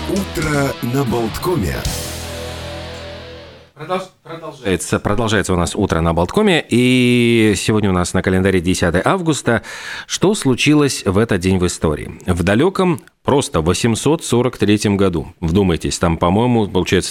Утро на Болткоме. Продолжается у нас утро на Болткоме, и сегодня у нас на календаре 10 августа. Что случилось в этот день в истории? В далеком, просто 843 году, вдумайтесь, там, по-моему, получается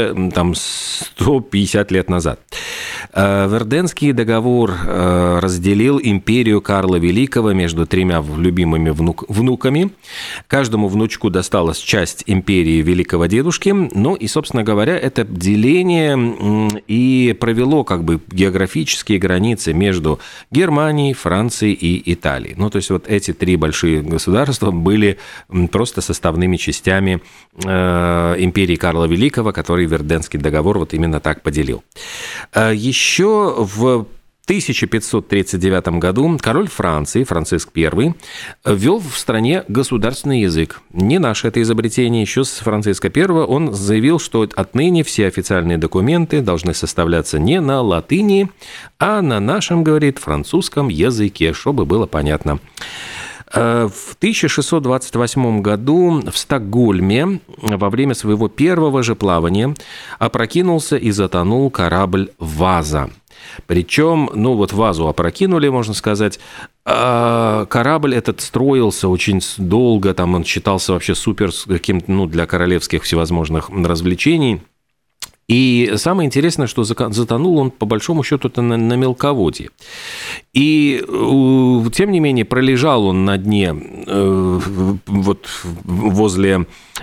1150 лет назад, Верденский договор разделил империю Карла Великого между тремя любимыми внуками. Каждому внучку досталась часть империи великого дедушки. Ну и, собственно говоря, это деление и провело как бы географические границы между Германией, Францией и Италией. Ну, то есть вот эти три большие государства были просто составными частями империи Карла Великого, который Верденский договор вот именно так поделил. Еще в 1539 году король Франции, Франциск I, ввел в стране государственный язык. Не наше это изобретение, еще с Франциска I он заявил, что отныне все официальные документы должны составляться не на латыни, а на нашем, говорит, французском языке, чтобы было понятно. В 1628 году в Стокгольме во время своего первого же плавания опрокинулся и затонул корабль «Ваза». Причем, ну вот вазу опрокинули, можно сказать, а корабль этот строился очень долго, там он считался вообще супер каким-то, ну, для королевских всевозможных развлечений. И самое интересное, что затонул он, по большому счету, на мелководье. И, тем не менее, пролежал он на дне вот возле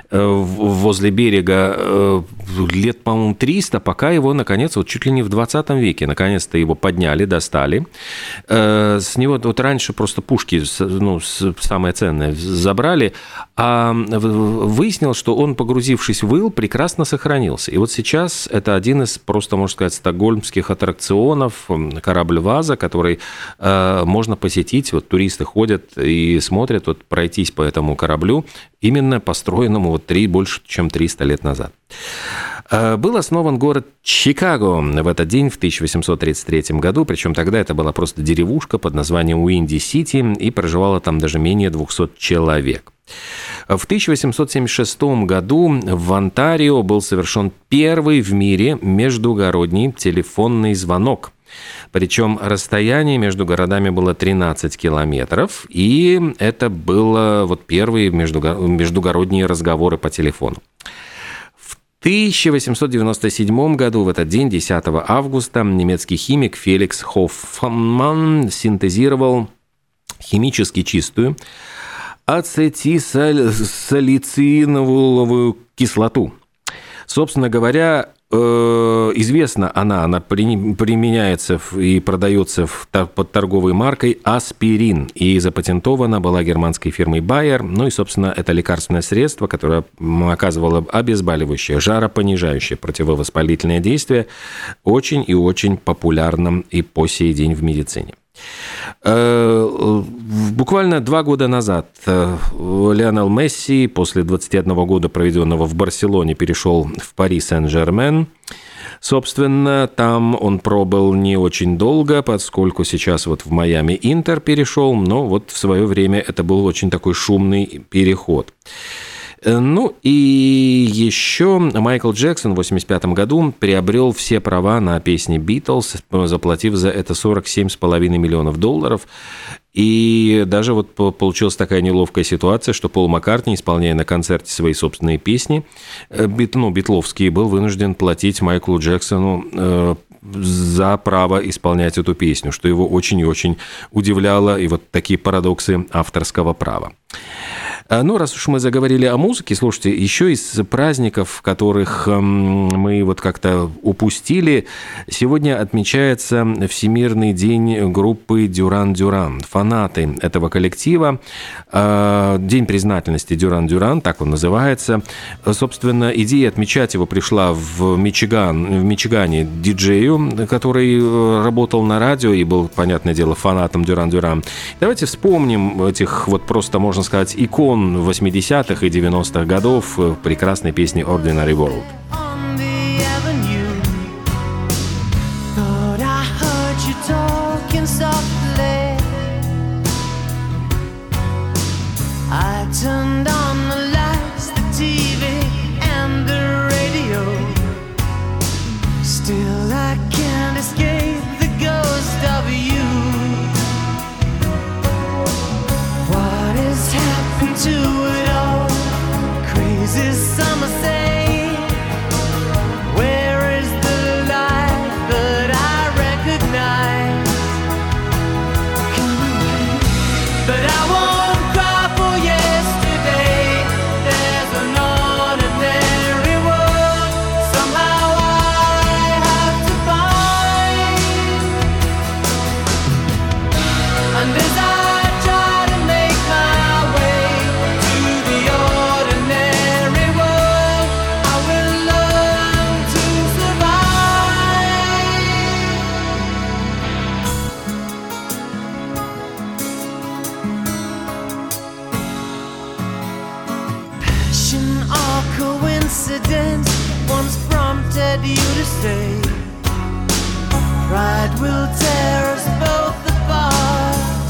берега лет, по-моему, 300, пока его, наконец, вот чуть ли не в 20 веке, наконец-то его подняли, достали. С него вот раньше просто пушки, ну, самое ценное, забрали, а выяснилось, что он, погрузившись в ил, прекрасно сохранился. И вот сейчас это один из, просто, можно сказать, стокгольмских аттракционов, корабль «Ваза», который можно посетить. Вот туристы ходят и смотрят, вот пройтись по этому кораблю, именно построенному вот больше, чем 300 лет назад. Был основан город Чикаго в этот день, в 1833 году, причем тогда это была просто деревушка под названием Уинди-Сити, и проживало там даже менее 200 человек. В 1876 году в Онтарио был совершен первый в мире междугородний телефонный звонок. Причем расстояние между городами было 13 километров, и это было вот первые междугородние разговоры по телефону. В 1897 году, в этот день, 10 августа, немецкий химик Феликс Хоффман синтезировал химически чистую ацетилсалициновую кислоту. Собственно говоря, известна она применяется и продается под торговой маркой аспирин, и запатентована была германской фирмой Bayer. Ну и, собственно, это лекарственное средство, которое оказывало обезболивающее, жаропонижающее, противовоспалительное действие, очень и очень популярным и по сей день в медицине. Буквально 2 года назад Лионель Месси после 21 года, проведенного в Барселоне, перешел в Пари Сен-Жермен. Собственно, там он пробыл не очень долго, поскольку сейчас вот в Майами Интер перешел, но вот в свое время это был очень такой шумный переход. Ну и еще Майкл Джексон в 1985 году приобрел все права на песни «Битлз», заплатив за это $47,5 миллионов. И даже вот получилась такая неловкая ситуация, что Пол Маккартни, исполняя на концерте свои собственные песни, битловские, был вынужден платить Майклу Джексону за право исполнять эту песню, что его очень и очень удивляло, и вот такие парадоксы авторского права. Ну, раз уж мы заговорили о музыке, слушайте, еще из праздников, которых мы вот как-то упустили, сегодня отмечается Всемирный день группы Duran Duran. Фанаты этого коллектива, День признательности Duran Duran, так он называется. Собственно, идея отмечать его пришла в Мичигане диджею, который работал на радио и был, понятное дело, фанатом Duran Duran. Давайте вспомним этих вот просто, можно сказать, икон 80-х и 90-х годов прекрасной песни Ordinary World. Turned on the lights, the TV. accidents once prompted you to say, pride will tear us both apart.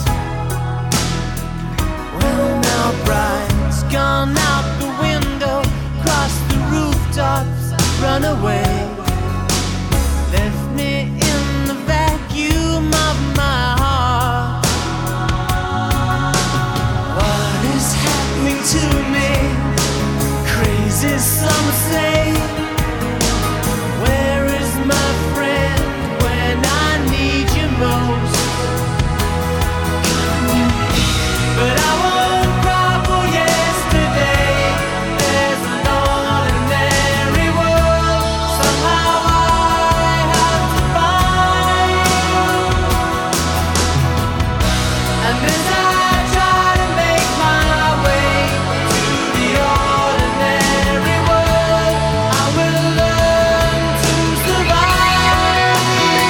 Well, now pride's gone out the window, crossed the rooftops, run away, left me in the vacuum of my heart. What is happening to me? Crazy, some say. Where is my friend when I need you most? But I won't cry for yesterday. There's an ordinary world somehow I have to find. And as I try to make my way to the ordinary world, I will learn to survive.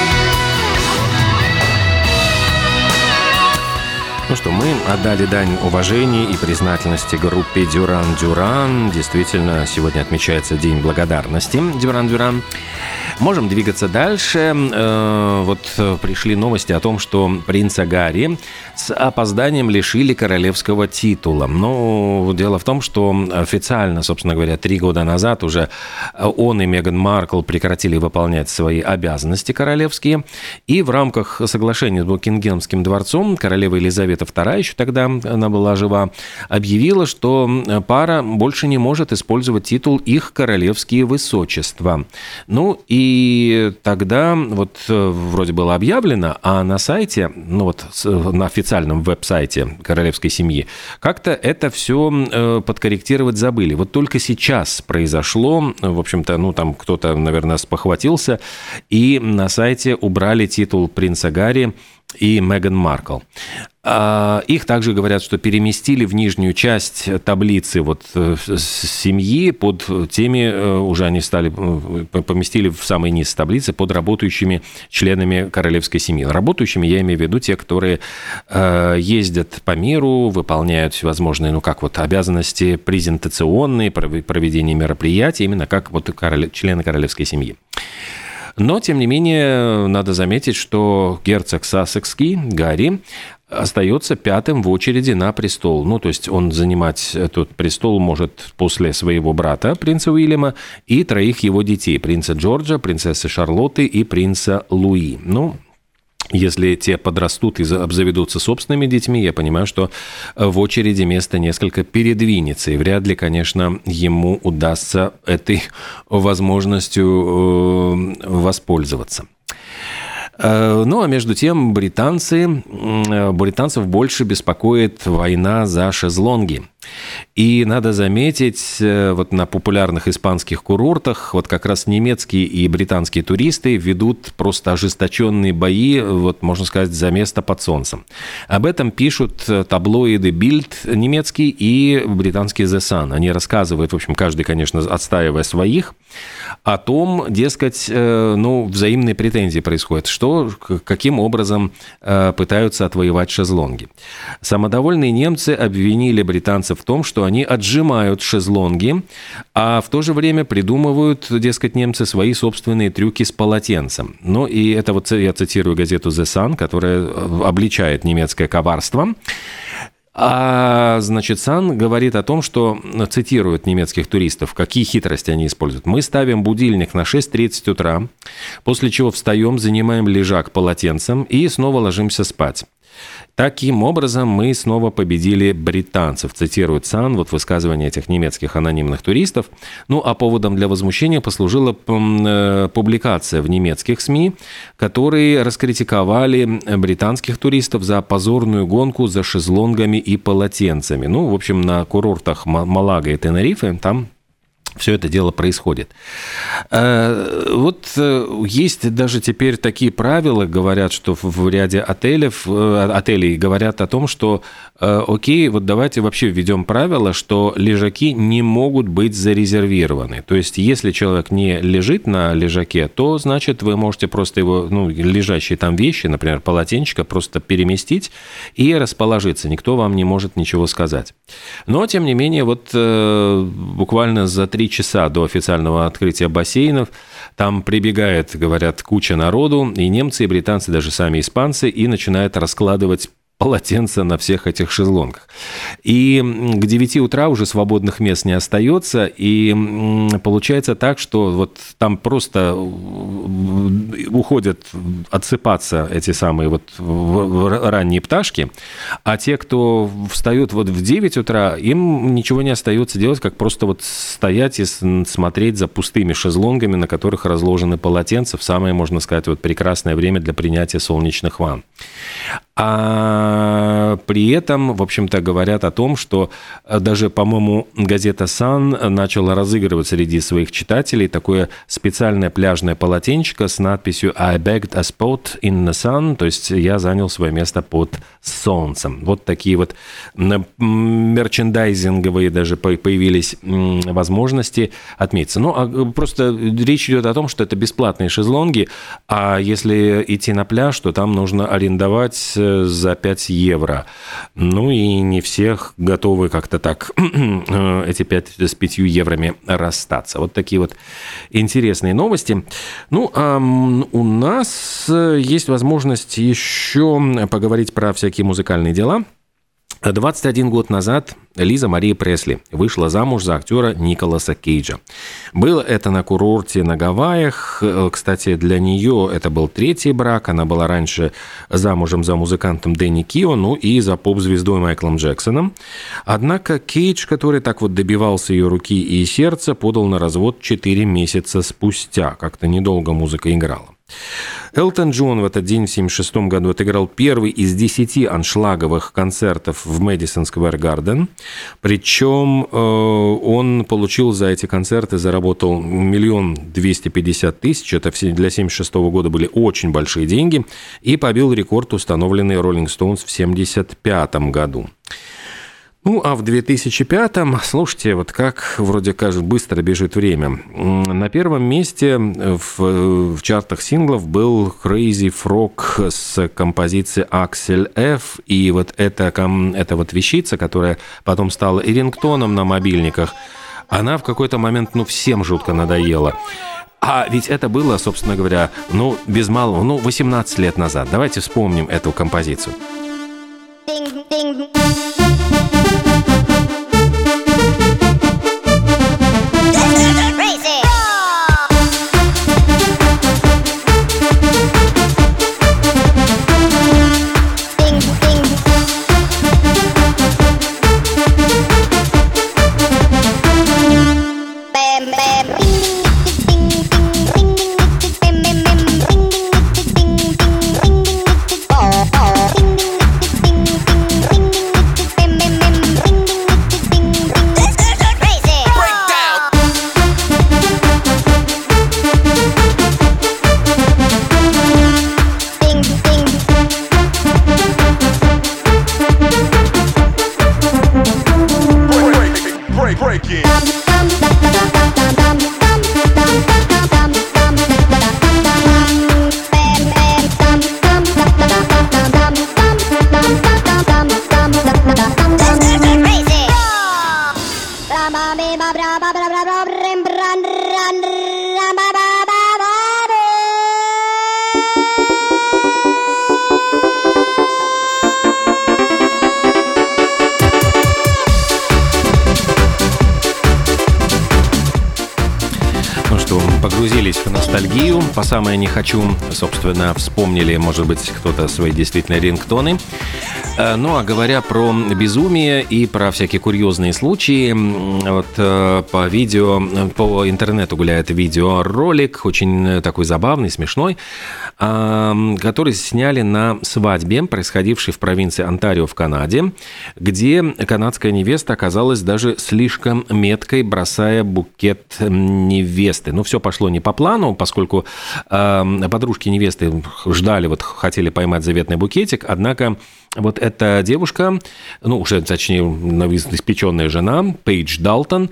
Ну что, мы отдали дань уважения и признательности группе Дюран Дюран. Действительно, сегодня отмечается День благодарности Дюран Дюран. Можем двигаться дальше. Вот пришли новости о том, что принца Гарри с опозданием лишили королевского титула. Но дело в том, что официально, собственно говоря, 3 года назад уже он и Меган Маркл прекратили выполнять свои обязанности королевские. И в рамках соглашения с Букингемским дворцом королева Елизавета II, еще тогда она была жива, объявила, что пара больше не может использовать титул «Их королевские высочества». Ну и тогда вот вроде было объявлено, а на сайте, ну вот на официальном веб-сайте королевской семьи, как-то это все подкорректировать забыли. Вот только сейчас произошло, в общем-то, ну там кто-то, наверное, спохватился, и на сайте убрали титул принца Гарри и Меган Маркл. Их также говорят, что переместили в нижнюю часть таблицы вот семьи под теми, уже они стали, поместили в самый низ таблицы под работающими членами королевской семьи. Работающими я имею в виду те, которые ездят по миру, выполняют всевозможные, ну как вот обязанности презентационные, проведение мероприятий, именно как вот члены королевской семьи. Но, тем не менее, надо заметить, что герцог Сассекский, Гарри, остается 5-м в очереди на престол. Ну, то есть он занимать этот престол может после своего брата, принца Уильяма, и 3 его детей, принца Джорджа, принцессы Шарлотты и принца Луи. Ну, если те подрастут и обзаведутся собственными детьми, я понимаю, что в очереди место несколько передвинется, и вряд ли, конечно, ему удастся этой возможностью воспользоваться. Ну, а между тем британцев больше беспокоит война за шезлонги. И надо заметить, вот на популярных испанских курортах вот как раз немецкие и британские туристы ведут просто ожесточенные бои, вот можно сказать, за место под солнцем. Об этом пишут таблоиды Bild немецкий и британский The Sun. Они рассказывают, в общем, каждый, конечно, отстаивая своих, о том, дескать, ну, взаимные претензии происходят, что, каким образом пытаются отвоевать шезлонги. Самодовольные немцы обвинили британцев в том, что они отжимают шезлонги, а в то же время придумывают, дескать, немцы свои собственные трюки с полотенцем. Ну и это вот я цитирую газету The Sun, которая обличает немецкое коварство. А, значит, Сан говорит о том, что, цитирует немецких туристов, какие хитрости они используют. Мы ставим будильник на 6:30 утра, после чего встаем, занимаем лежак полотенцем и снова ложимся спать. Таким образом, мы снова победили британцев, цитирует Сан, вот высказывание этих немецких анонимных туристов. Ну, а поводом для возмущения послужила публикация в немецких СМИ, которые раскритиковали британских туристов за позорную гонку за шезлонгами и полотенцами. Ну, в общем, на курортах Малага и Тенерифе там все это дело происходит. Вот есть даже теперь такие правила, говорят, что в ряде отелей говорят о том, что окей, вот давайте вообще введем правило, что лежаки не могут быть зарезервированы. То есть, если человек не лежит на лежаке, то, значит, вы можете просто его, ну, лежащие там вещи, например, полотенчика, просто переместить и расположиться. Никто вам не может ничего сказать. Но, тем не менее, вот буквально за 3 3 часа до официального открытия бассейнов там прибегает, говорят, куча народу, и немцы, и британцы, даже сами испанцы, и начинают раскладывать полотенца на всех этих шезлонгах. И к 9 утра уже свободных мест не остается, и получается так, что вот там просто уходят отсыпаться эти самые вот ранние пташки, а те, кто встают вот в 9 утра, им ничего не остается делать, как просто вот стоять и смотреть за пустыми шезлонгами, на которых разложены полотенца в самое, можно сказать, вот прекрасное время для принятия солнечных ванн. А при этом, в общем-то, говорят о том, что даже, по-моему, газета Sun начала разыгрывать среди своих читателей такое специальное пляжное полотенчико с надписью «I begged a spot in the sun», то есть «Я занял свое место под солнцем». Вот такие вот мерчендайзинговые даже появились возможности отметиться. Ну, а просто речь идет о том, что это бесплатные шезлонги, а если идти на пляж, то там нужно арендовать за 5 евро. Ну и не всех готовы как-то так эти 5 еврами расстаться. Вот такие вот интересные новости. Ну, а у нас есть возможность еще поговорить про всякие музыкальные дела. 21 год назад Лиза Мария Пресли вышла замуж за актера Николаса Кейджа. Было это на курорте на Гавайях. Кстати, для нее это был 3-й брак. Она была раньше замужем за музыкантом Дэнни Кио, ну и за поп-звездой Майклом Джексоном. Однако Кейдж, который так вот добивался ее руки и сердца, подал на развод 4 месяца спустя. Как-то недолго музыка играла. Элтон Джон в этот день в 1976 году отыграл первый из 10 аншлаговых концертов в Мэдисон Сквер Гарден. Причем он получил за эти концерты, заработал 1 250 000. Это для 1976 года были очень большие деньги. И побил рекорд, установленный Rolling Stones в 1975 году. Ну, а в 2005-м, слушайте, вот как вроде кажется, быстро бежит время. На первом месте в чартах синглов был Crazy Frog с композицией Axel F. И вот эта вот вещица, которая потом стала и рингтоном на мобильниках, она в какой-то момент, всем жутко надоела. А ведь это было, собственно говоря, без малого, 18 лет назад. Давайте вспомним эту композицию. Погрузились в ностальгию, по самое не хочу, собственно, вспомнили, может быть, кто-то свои действительно рингтоны. Ну, а говоря про безумие и про всякие курьезные случаи, вот по интернету гуляет видеоролик, очень такой забавный, смешной, который сняли на свадьбе, происходившей в провинции Онтарио в Канаде, где канадская невеста оказалась даже слишком меткой, бросая букет невесты. Ну, все пошло не по плану, поскольку подружки невесты ждали, хотели поймать заветный букетик, однако вот эта девушка, уже, точнее, новоиспеченная жена, Пейдж Далтон,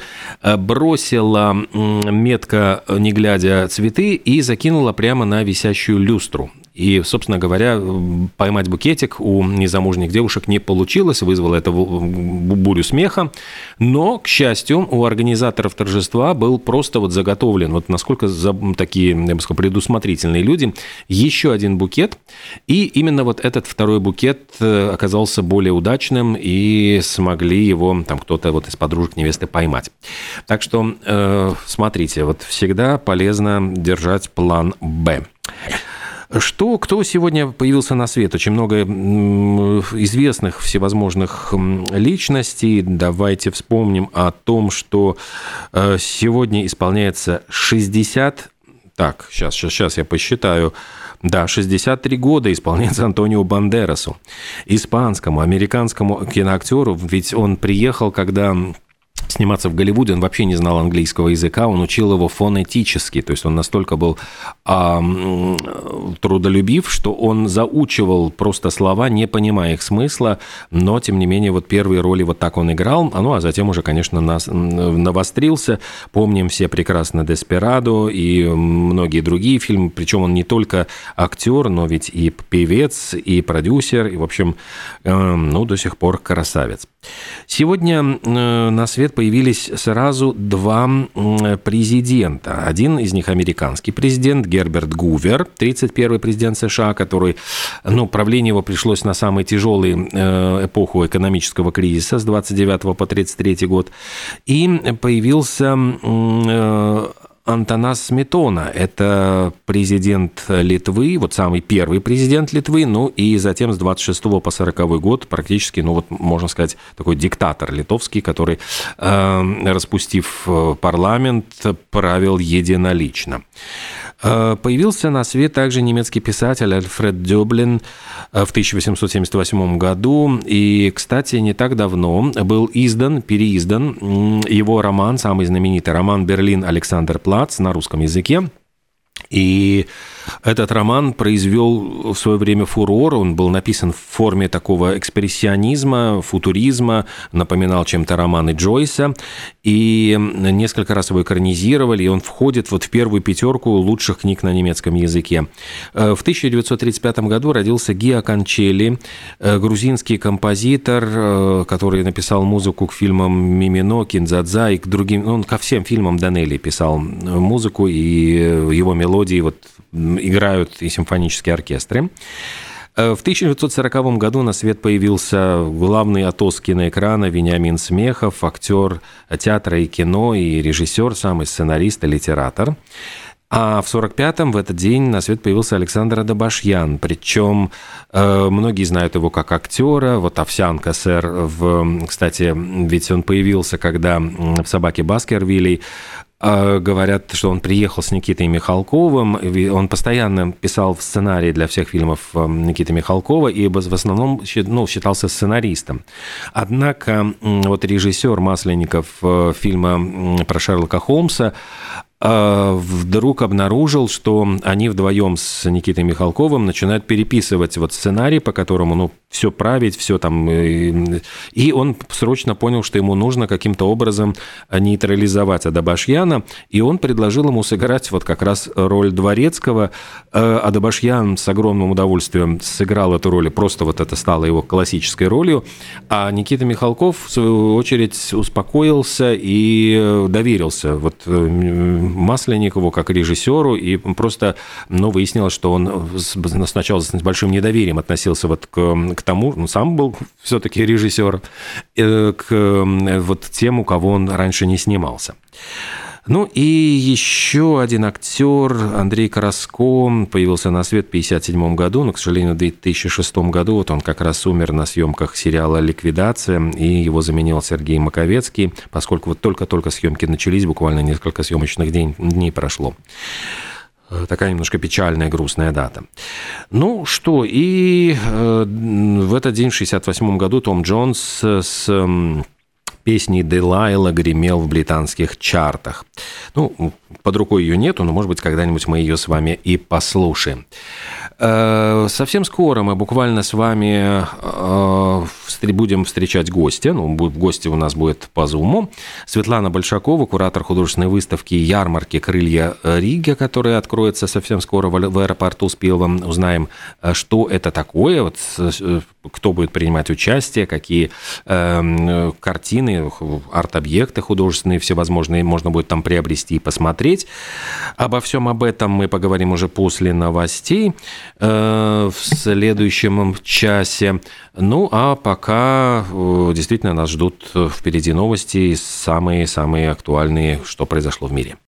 бросила метко, не глядя, цветы и закинула прямо на висящую люстру. И, собственно говоря, поймать букетик у незамужних девушек не получилось, вызвало это бурю смеха. Но, к счастью, у организаторов торжества был просто вот заготовлен, вот насколько такие, я бы сказал, предусмотрительные люди, еще один букет. И именно вот этот второй букет оказался более удачным, и смогли его там кто-то вот из подружек невесты поймать. Так что смотрите, вот всегда полезно держать план «Б». Кто сегодня появился на свет? Очень много известных всевозможных личностей. Давайте вспомним о том, что сегодня исполняется 60... Так, сейчас я посчитаю. Да, 63 года исполняется Антонио Бандерасу, испанскому, американскому киноактеру. Ведь он приехал, когда... сниматься в Голливуде, он вообще не знал английского языка, он учил его фонетически, то есть он настолько был трудолюбив, что он заучивал просто слова, не понимая их смысла, но, тем не менее, вот первые роли вот так он играл, а затем уже, конечно, навострился. Помним все прекрасно «Деспирадо» и многие другие фильмы, причем он не только актер, но ведь и певец, и продюсер, и, в общем, до сих пор красавец. Сегодня на свет появились сразу два президента. Один из них американский президент Герберт Гувер, 31-й президент США, который, правление его пришлось на самую тяжелую эпоху экономического кризиса с 29 по 33 год. И появился Антанас Сметона, это президент Литвы, вот самый первый президент Литвы, и затем с 26 по 40 год практически, можно сказать, такой диктатор литовский, который, распустив парламент, правил единолично. Появился на свет также немецкий писатель Альфред Дёблин в 1878 году. И, кстати, не так давно был переиздан его роман, самый знаменитый роман «Берлин. Александерплац» на русском языке. И этот роман произвел в свое время фурор, он был написан в форме такого экспрессионизма, футуризма, напоминал чем-то романы Джойса, и несколько раз его экранизировали, и он входит вот в первую пятерку лучших книг на немецком языке. В 1935 году родился Гио Кончелли, грузинский композитор, который написал музыку к фильмам «Мимино», «Киндзадза» и к другим, он ко всем фильмам Данелли писал музыку, и его мелодии играют и симфонические оркестры. В 1940 году на свет появился главный атос киноэкрана Вениамин Смехов, актер театра и кино, и режиссер, самый сценарист и литератор. А в 1945-м в этот день на свет появился Александр Адабашьян, причем многие знают его как актера, вот «Овсянка, сэр», кстати, ведь он появился, когда в «Собаке Баскервилей». Говорят, что он приехал с Никитой Михалковым, он постоянно писал сценарии для всех фильмов Никиты Михалкова и в основном считался сценаристом. Однако вот режиссер Масленников фильма про Шерлока Холмса вдруг обнаружил, что они вдвоем с Никитой Михалковым начинают переписывать вот сценарий, по которому все править, все там. И он срочно понял, что ему нужно каким-то образом нейтрализовать Адабашьяна, и он предложил ему сыграть вот как раз роль Дворецкого. Адабашьян с огромным удовольствием сыграл эту роль, просто вот это стало его классической ролью, а Никита Михалков, в свою очередь, успокоился и доверился вот Масленникову как режиссеру, и просто выяснилось, что он сначала с большим недоверием относился вот к тому, сам был все-таки режиссер, к вот тем, у кого он раньше не снимался. И еще один актер, Андрей Караско, появился на свет в 1957 году, но, к сожалению, в 2006 году вот он как раз умер на съемках сериала «Ликвидация», и его заменил Сергей Маковецкий, поскольку вот только-только съемки начались, буквально несколько съемочных дней прошло. Такая немножко печальная, грустная дата. И в этот день, в 1968 году, Том Джонс с песней «Делайла» гремел в британских чартах. Под рукой ее нету, но, может быть, когда-нибудь мы ее с вами и послушаем. Совсем скоро мы буквально с вами будем встречать гостя. Гости у нас будет по Зуму. Светлана Большакова, куратор художественной выставки «Ярмарки. Крылья Риги», которая откроется совсем скоро в аэропорту Спилова. Узнаем, что это такое, кто будет принимать участие, какие картины, арт-объекты художественные всевозможные можно будет там приобрести и посмотреть. Обо всем об этом мы поговорим уже после новостей в следующем часе. А пока действительно нас ждут впереди новости, самые-самые актуальные, что произошло в мире.